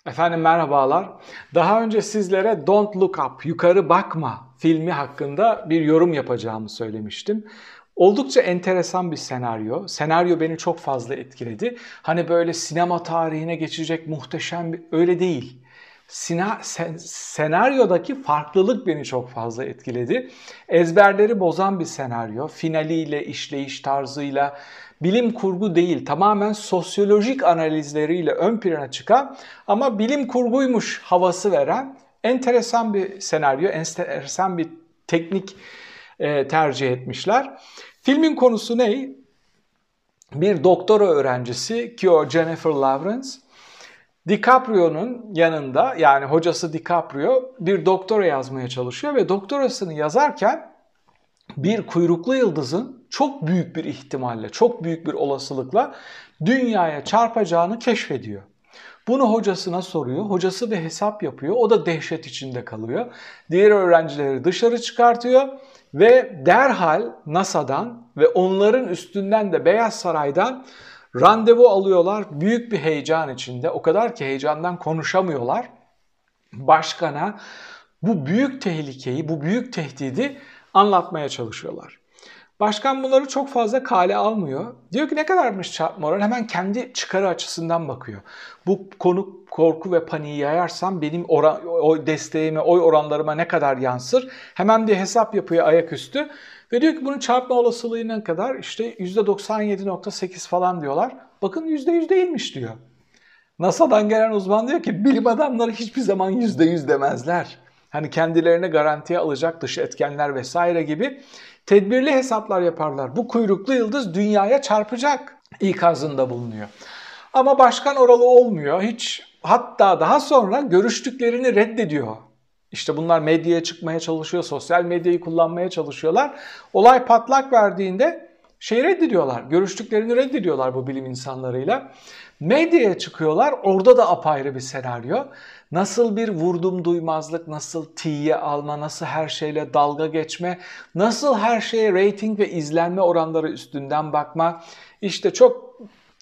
Efendim merhabalar. Daha önce sizlere Don't Look Up, Yukarı Bakma filmi hakkında bir yorum yapacağımı söylemiştim. Oldukça enteresan bir senaryo. Senaryo beni çok fazla etkiledi. Hani böyle sinema tarihine geçecek muhteşem bir... Öyle değil. Senaryodaki farklılık beni çok fazla etkiledi. Ezberleri bozan bir senaryo. Finaliyle, işleyiş tarzıyla, bilim kurgu değil, tamamen sosyolojik analizleriyle ön plana çıkan ama bilim kurguymuş havası veren enteresan bir senaryo, enteresan bir teknik tercih etmişler. Filmin konusu ne? Bir doktora öğrencisi ki o Jennifer Lawrence, DiCaprio'nun yanında, yani hocası DiCaprio bir doktora yazmaya çalışıyor ve doktorasını yazarken bir kuyruklu yıldızın çok büyük bir ihtimalle, çok büyük bir olasılıkla dünyaya çarpacağını keşfediyor. Bunu hocasına soruyor. Hocası bir hesap yapıyor. O da dehşet içinde kalıyor. Diğer öğrencileri dışarı çıkartıyor ve derhal NASA'dan ve onların üstünden de Beyaz Saray'dan randevu alıyorlar. Büyük bir heyecan içinde. O kadar ki heyecandan konuşamıyorlar. Başkana bu büyük tehlikeyi, bu büyük tehdidi anlatmaya çalışıyorlar. Başkan bunları çok fazla kale almıyor. Diyor ki ne kadarmış çarpma oranı? Hemen kendi çıkarı açısından bakıyor. Bu konu korku ve paniği yayarsam benim o desteğime, oy oranlarıma ne kadar yansır? Hemen bir hesap yapıyor ayaküstü. Ve diyor ki bunun çarpma olasılığı ne kadar? İşte %97,8 falan diyorlar. Bakın %100 değilmiş diyor. NASA'dan gelen uzman diyor ki bilim adamları hiçbir zaman %100 demezler. Hani kendilerine garantiye alacak dış etkenler vesaire gibi tedbirli hesaplar yaparlar. Bu kuyruklu yıldız dünyaya çarpacak ikazında bulunuyor. Ama başkan oralı olmuyor. Hatta daha sonra görüştüklerini reddediyor. İşte bunlar medyaya çıkmaya çalışıyor, sosyal medyayı kullanmaya çalışıyorlar. Olay patlak verdiğinde reddediyorlar, görüştüklerini reddediyorlar bu bilim insanlarıyla. Medyaya çıkıyorlar, orada da apayrı bir senaryo. Nasıl bir vurdum duymazlık, nasıl tiye alma, nasıl her şeyle dalga geçme, nasıl her şeye reyting ve izlenme oranları üstünden bakma. İşte çok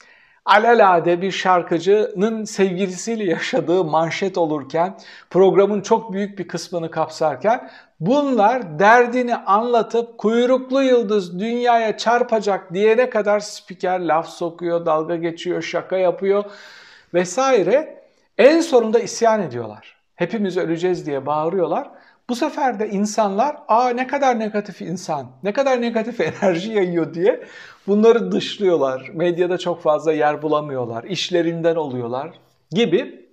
alelade bir şarkıcının sevgilisiyle yaşadığı manşet olurken, programın çok büyük bir kısmını kapsarken bunlar derdini anlatıp kuyruklu yıldız dünyaya çarpacak diyene kadar spiker laf sokuyor, dalga geçiyor, şaka yapıyor vesaire. En sonunda isyan ediyorlar. Hepimiz öleceğiz diye bağırıyorlar. Bu sefer de insanlar ne kadar negatif insan, ne kadar negatif enerji yayıyor diye bunları dışlıyorlar. Medyada çok fazla yer bulamıyorlar, işlerinden oluyorlar gibi.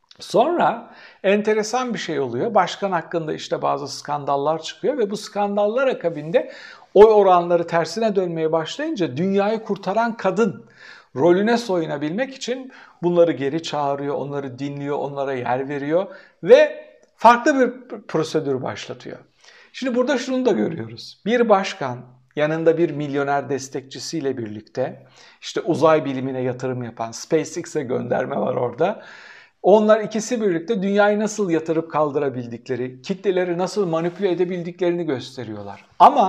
Sonra enteresan bir şey oluyor. Başkan hakkında işte bazı skandallar çıkıyor ve bu skandallar akabinde oy oranları tersine dönmeye başlayınca dünyayı kurtaran kadın rolüne soyunabilmek için bunları geri çağırıyor, onları dinliyor, onlara yer veriyor ve farklı bir prosedür başlatıyor. Şimdi burada şunu da görüyoruz. Bir başkan yanında bir milyoner destekçisiyle birlikte işte uzay bilimine yatırım yapan SpaceX'e gönderme var orada. Onlar ikisi birlikte dünyayı nasıl yatırıp kaldırabildikleri, kitleleri nasıl manipüle edebildiklerini gösteriyorlar.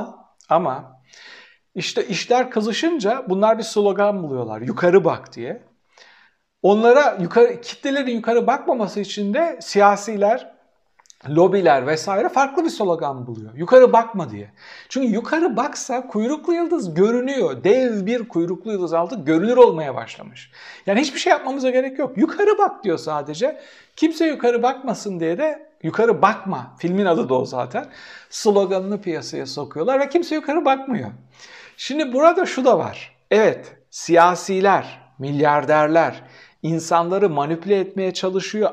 Ama işte işler kızışınca bunlar bir slogan buluyorlar. Yukarı bak diye. Onlara kitlelerin yukarı bakmaması için de siyasiler, lobiler vesaire farklı bir slogan buluyor. Yukarı bakma diye. Çünkü yukarı baksa kuyruklu yıldız görünüyor. Dev bir kuyruklu yıldız altı görünür olmaya başlamış. Yani hiçbir şey yapmamıza gerek yok. Yukarı bak diyor sadece. Kimse yukarı bakmasın diye de yukarı bakma. Filmin adı da o zaten. Sloganını piyasaya sokuyorlar ve kimse yukarı bakmıyor. Şimdi burada şu da var. Evet, siyasiler, milyarderler insanları manipüle etmeye çalışıyor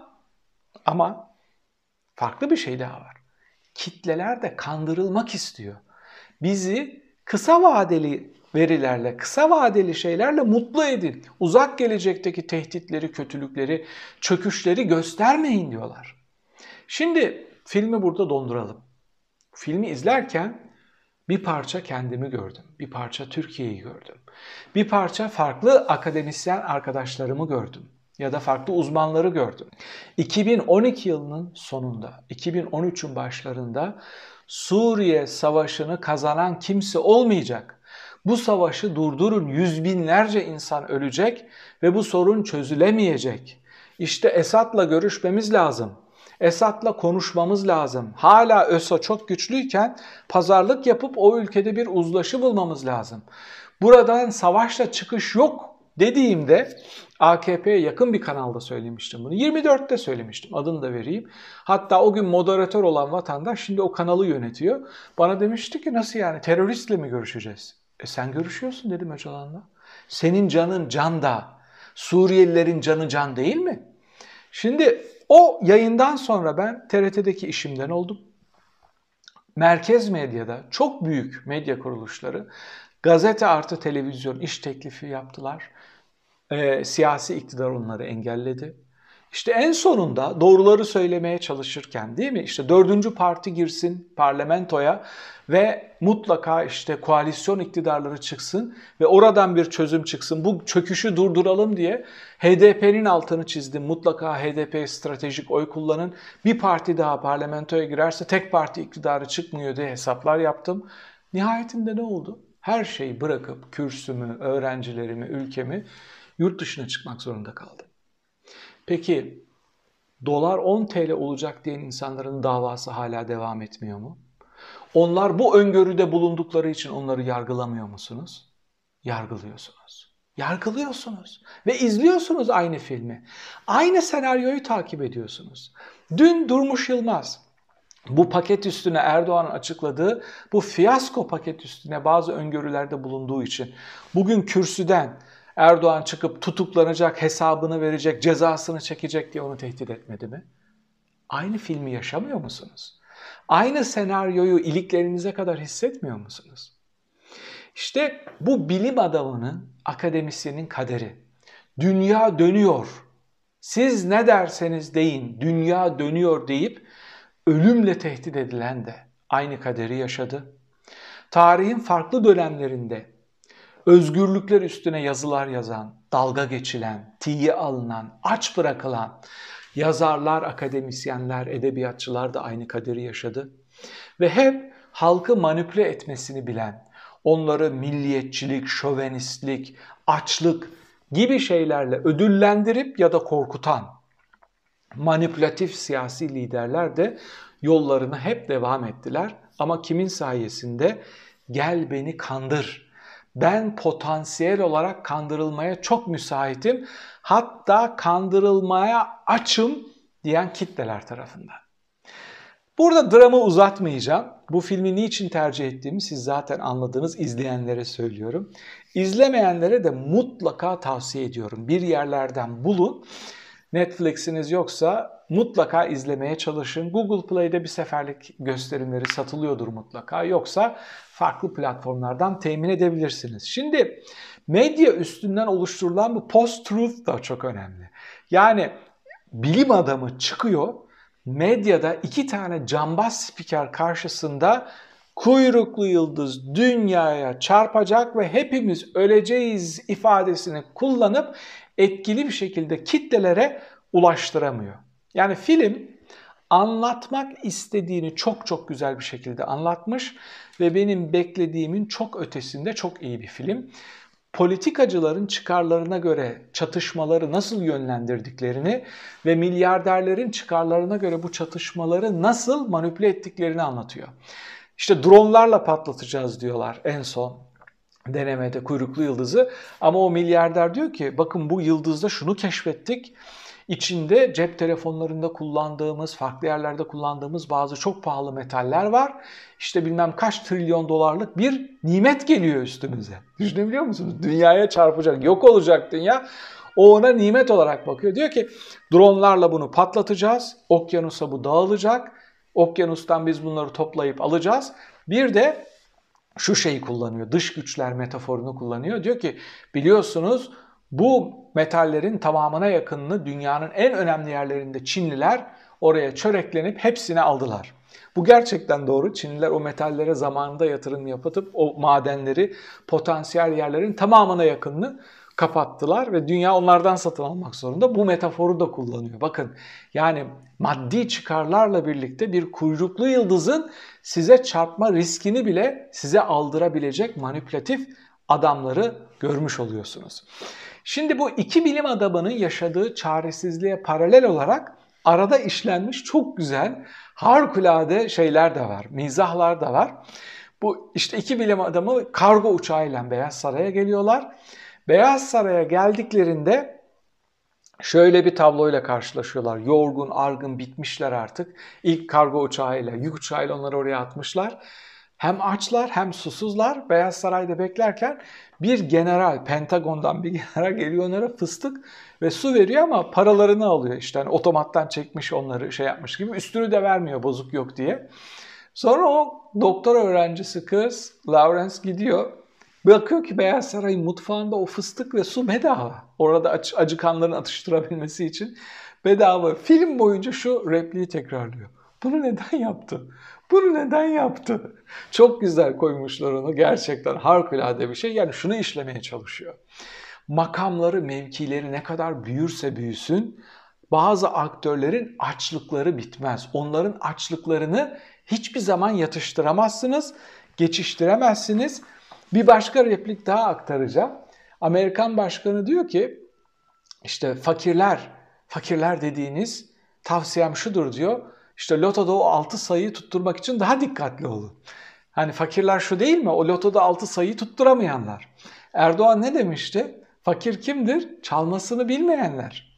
ama farklı bir şey daha var. Kitleler de kandırılmak istiyor. Bizi kısa vadeli verilerle, kısa vadeli şeylerle mutlu edin. Uzak gelecekteki tehditleri, kötülükleri, çöküşleri göstermeyin diyorlar. Şimdi filmi burada donduralım. Filmi izlerken bir parça kendimi gördüm. Bir parça Türkiye'yi gördüm. Bir parça farklı akademisyen arkadaşlarımı gördüm. Ya da farklı uzmanları gördüm. 2012 yılının sonunda, 2013'ün başlarında Suriye Savaşı'nı kazanan kimse olmayacak. Bu savaşı durdurun, yüz binlerce insan ölecek ve bu sorun çözülemeyecek. İşte Esad'la görüşmemiz lazım. Esad'la konuşmamız lazım. Hala ÖSO çok güçlüyken pazarlık yapıp o ülkede bir uzlaşı bulmamız lazım. Buradan savaşla çıkış yok dediğimde AKP'ye yakın bir kanalda söylemiştim bunu. 24'te söylemiştim, adını da vereyim. Hatta o gün moderatör olan vatandaş şimdi o kanalı yönetiyor. Bana demişti ki nasıl yani, teröristle mi görüşeceğiz? Sen görüşüyorsun dedim Öcalan'la. Senin canın can da, Suriyelilerin canı can değil mi? Şimdi o yayından sonra ben TRT'deki işimden oldum. Merkez medyada çok büyük medya kuruluşları gazete artı televizyon iş teklifi yaptılar. Siyasi iktidar onları engelledi. İşte en sonunda doğruları söylemeye çalışırken, değil mi? İşte dördüncü parti girsin parlamentoya ve mutlaka işte koalisyon iktidarları çıksın ve oradan bir çözüm çıksın. Bu çöküşü durduralım diye HDP'nin altını çizdim. Mutlaka HDP stratejik oy kullanın. Bir parti daha parlamentoya girerse tek parti iktidarı çıkmıyor diye hesaplar yaptım. Nihayetinde ne oldu? Her şeyi bırakıp kürsümü, öğrencilerimi, ülkemi yurt dışına çıkmak zorunda kaldım. Peki dolar 10 TL olacak diyen insanların davası hala devam etmiyor mu? Onlar bu öngörüde bulundukları için onları yargılamıyor musunuz? Yargılıyorsunuz. Yargılıyorsunuz ve izliyorsunuz aynı filmi. Aynı senaryoyu takip ediyorsunuz. Dün Durmuş Yılmaz bu paket üstüne, Erdoğan'ın açıkladığı bu fiyasko paket üstüne bazı öngörülerde bulunduğu için bugün kürsüden Erdoğan çıkıp tutuklanacak, hesabını verecek, cezasını çekecek diye onu tehdit etmedi mi? Aynı filmi yaşamıyor musunuz? Aynı senaryoyu iliklerinize kadar hissetmiyor musunuz? İşte bu bilim adamının, akademisyenin kaderi. Dünya dönüyor. Siz ne derseniz deyin, dünya dönüyor deyip ölümle tehdit edilen de aynı kaderi yaşadı. Tarihin farklı dönemlerinde özgürlükler üstüne yazılar yazan, dalga geçilen, tiye alınan, aç bırakılan yazarlar, akademisyenler, edebiyatçılar da aynı kaderi yaşadı. Ve hep halkı manipüle etmesini bilen, onları milliyetçilik, şövenistlik, açlık gibi şeylerle ödüllendirip ya da korkutan manipülatif siyasi liderler de yollarına hep devam ettiler. Ama kimin sayesinde? Gel beni kandır. Ben potansiyel olarak kandırılmaya çok müsaitim. Hatta kandırılmaya açım diyen kitleler tarafından. Burada dramı uzatmayacağım. Bu filmi niçin tercih ettiğimi siz zaten anladınız, izleyenlere söylüyorum. İzlemeyenlere de mutlaka tavsiye ediyorum. Bir yerlerden bulun. Netflix'iniz yoksa mutlaka izlemeye çalışın. Google Play'de bir seferlik gösterimleri satılıyordur mutlaka. Yoksa farklı platformlardan temin edebilirsiniz. Şimdi medya üstünden oluşturulan bu post-truth da çok önemli. Yani bilim adamı çıkıyor, medyada iki tane cambaz spiker karşısında kuyruklu yıldız dünyaya çarpacak ve hepimiz öleceğiz ifadesini kullanıp etkili bir şekilde kitlelere ulaştıramıyor. Yani film anlatmak istediğini çok çok güzel bir şekilde anlatmış ve benim beklediğimin çok ötesinde çok iyi bir film. Politikacıların çıkarlarına göre çatışmaları nasıl yönlendirdiklerini ve milyarderlerin çıkarlarına göre bu çatışmaları nasıl manipüle ettiklerini anlatıyor. İşte dronlarla patlatacağız diyorlar en son denemede kuyruklu yıldızı. Ama o milyarder diyor ki bakın bu yıldızda şunu keşfettik. İçinde cep telefonlarında kullandığımız, farklı yerlerde kullandığımız bazı çok pahalı metaller var. İşte bilmem kaç trilyon dolarlık bir nimet geliyor üstümüze. Düşünebiliyor musunuz? Dünyaya çarpacak, yok olacak dünya. O ona nimet olarak bakıyor. Diyor ki dronlarla bunu patlatacağız. Okyanusa bu dağılacak. Okyanustan biz bunları toplayıp alacağız. Bir de şu şeyi kullanıyor, dış güçler metaforunu kullanıyor. Diyor ki biliyorsunuz bu metallerin tamamına yakınını dünyanın en önemli yerlerinde Çinliler oraya çöreklenip hepsini aldılar. Bu gerçekten doğru. Çinliler o metallere zamanında yatırım yapıp o madenleri, potansiyel yerlerin tamamına yakınını kapattılar ve dünya onlardan satın almak zorunda. Bu metaforu da kullanıyor. Bakın yani maddi çıkarlarla birlikte bir kuyruklu yıldızın size çarpma riskini bile size aldırabilecek manipülatif adamları görmüş oluyorsunuz. Şimdi bu iki bilim adamının yaşadığı çaresizliğe paralel olarak arada işlenmiş çok güzel, harikulade şeyler de var, mizahlar da var. Bu işte iki bilim adamı kargo uçağıyla Beyaz Saray'a geliyorlar. Beyaz Saray'a geldiklerinde şöyle bir tabloyla karşılaşıyorlar. Yorgun, argın, bitmişler artık. İlk kargo uçağıyla, yük uçağıyla onları oraya atmışlar. Hem açlar hem susuzlar. Beyaz Saray'da beklerken bir general, Pentagon'dan bir general geliyor onlara fıstık ve su veriyor ama paralarını alıyor. İşte hani otomattan çekmiş onları şey yapmış gibi. Üstünü de vermiyor bozuk yok diye. Sonra o doktora öğrencisi kız Lawrence gidiyor. Bakıyor ki Beyaz Saray'ın mutfağında o fıstık ve su bedava. Orada acıkanların atıştırabilmesi için bedava. Film boyunca şu repliği tekrarlıyor. Bunu neden yaptı? Bunu neden yaptı? Çok güzel koymuşlar onu. Gerçekten harikulade bir şey. Yani şunu işlemeye çalışıyor. Makamları, mevkileri ne kadar büyürse büyüsün, bazı aktörlerin açlıkları bitmez. Onların açlıklarını hiçbir zaman yatıştıramazsınız, geçiştiremezsiniz. Bir başka replik daha aktaracağım. Amerikan başkanı diyor ki, işte fakirler dediğiniz tavsiyem şudur diyor. İşte lotoda o 6 sayıyı tutturmak için daha dikkatli olun. Hani fakirler şu değil mi? O lotoda 6 sayıyı tutturamayanlar. Erdoğan ne demişti? Fakir kimdir? Çalmasını bilmeyenler.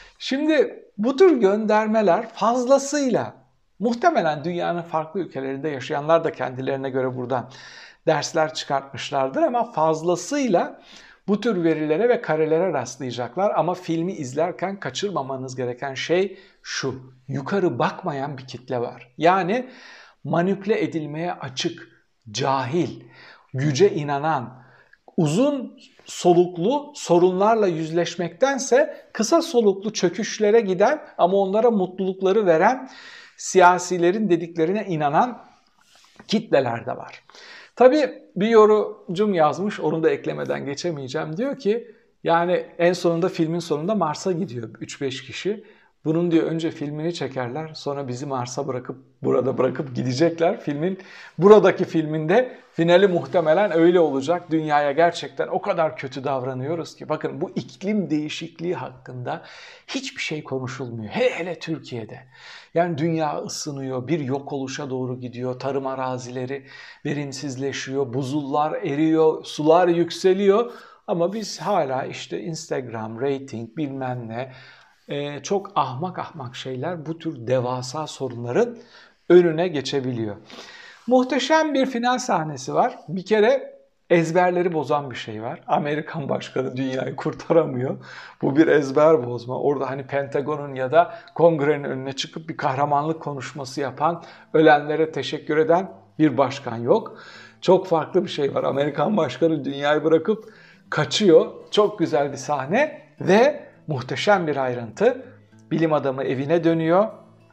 Şimdi bu tür göndermeler fazlasıyla, muhtemelen dünyanın farklı ülkelerinde yaşayanlar da kendilerine göre buradan dersler çıkartmışlardır ama fazlasıyla bu tür verilere ve karelere rastlayacaklar. Ama filmi izlerken kaçırmamanız gereken şey şu: yukarı bakmayan bir kitle var. Yani manipüle edilmeye açık, cahil, güce inanan, uzun soluklu sorunlarla yüzleşmektense kısa soluklu çöküşlere giden ama onlara mutlulukları veren siyasilerin dediklerine inanan kitleler de var. Tabii bir yorumcum yazmış, onu da eklemeden geçemeyeceğim. Diyor ki yani en sonunda filmin sonunda Mars'a gidiyor 3-5 kişi. Bunun diyor önce filmini çekerler, sonra bizi Mars'a burada bırakıp gidecekler. Buradaki filminde finali muhtemelen öyle olacak. Dünyaya gerçekten o kadar kötü davranıyoruz ki. Bakın bu iklim değişikliği hakkında hiçbir şey konuşulmuyor. Hele Türkiye'de. Yani dünya ısınıyor, bir yok oluşa doğru gidiyor. Tarım arazileri verimsizleşiyor, buzullar eriyor, sular yükseliyor. Ama biz hala işte Instagram, rating bilmem ne, çok ahmak şeyler bu tür devasa sorunların önüne geçebiliyor. Muhteşem bir final sahnesi var. Bir kere ezberleri bozan bir şey var. Amerikan başkanı dünyayı kurtaramıyor. Bu bir ezber bozma. Orada hani Pentagon'un ya da Kongre'nin önüne çıkıp bir kahramanlık konuşması yapan, ölenlere teşekkür eden bir başkan yok. Çok farklı bir şey var. Amerikan başkanı dünyayı bırakıp kaçıyor. Çok güzel bir sahne ve muhteşem bir ayrıntı. Bilim adamı evine dönüyor.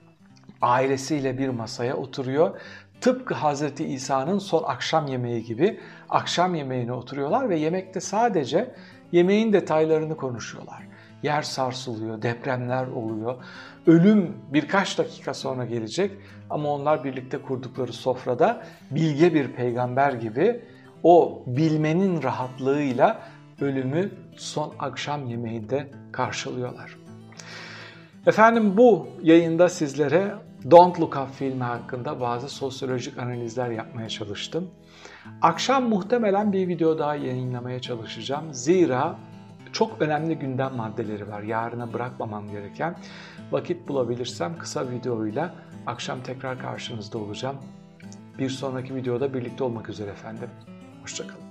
Ailesiyle bir masaya oturuyor. Tıpkı Hazreti İsa'nın son akşam yemeği gibi akşam yemeğine oturuyorlar ve yemekte sadece yemeğin detaylarını konuşuyorlar. Yer sarsılıyor, depremler oluyor. Ölüm birkaç dakika sonra gelecek ama onlar birlikte kurdukları sofrada bilge bir peygamber gibi o bilmenin rahatlığıyla ölümü son akşam yemeğinde karşılıyorlar. Efendim bu yayında sizlere Don't Look Up filmi hakkında bazı sosyolojik analizler yapmaya çalıştım. Akşam muhtemelen bir video daha yayınlamaya çalışacağım. Zira çok önemli gündem maddeleri var. Yarına bırakmamam gereken. Vakit bulabilirsem kısa videoyla akşam tekrar karşınızda olacağım. Bir sonraki videoda birlikte olmak üzere efendim. Hoşça kalın.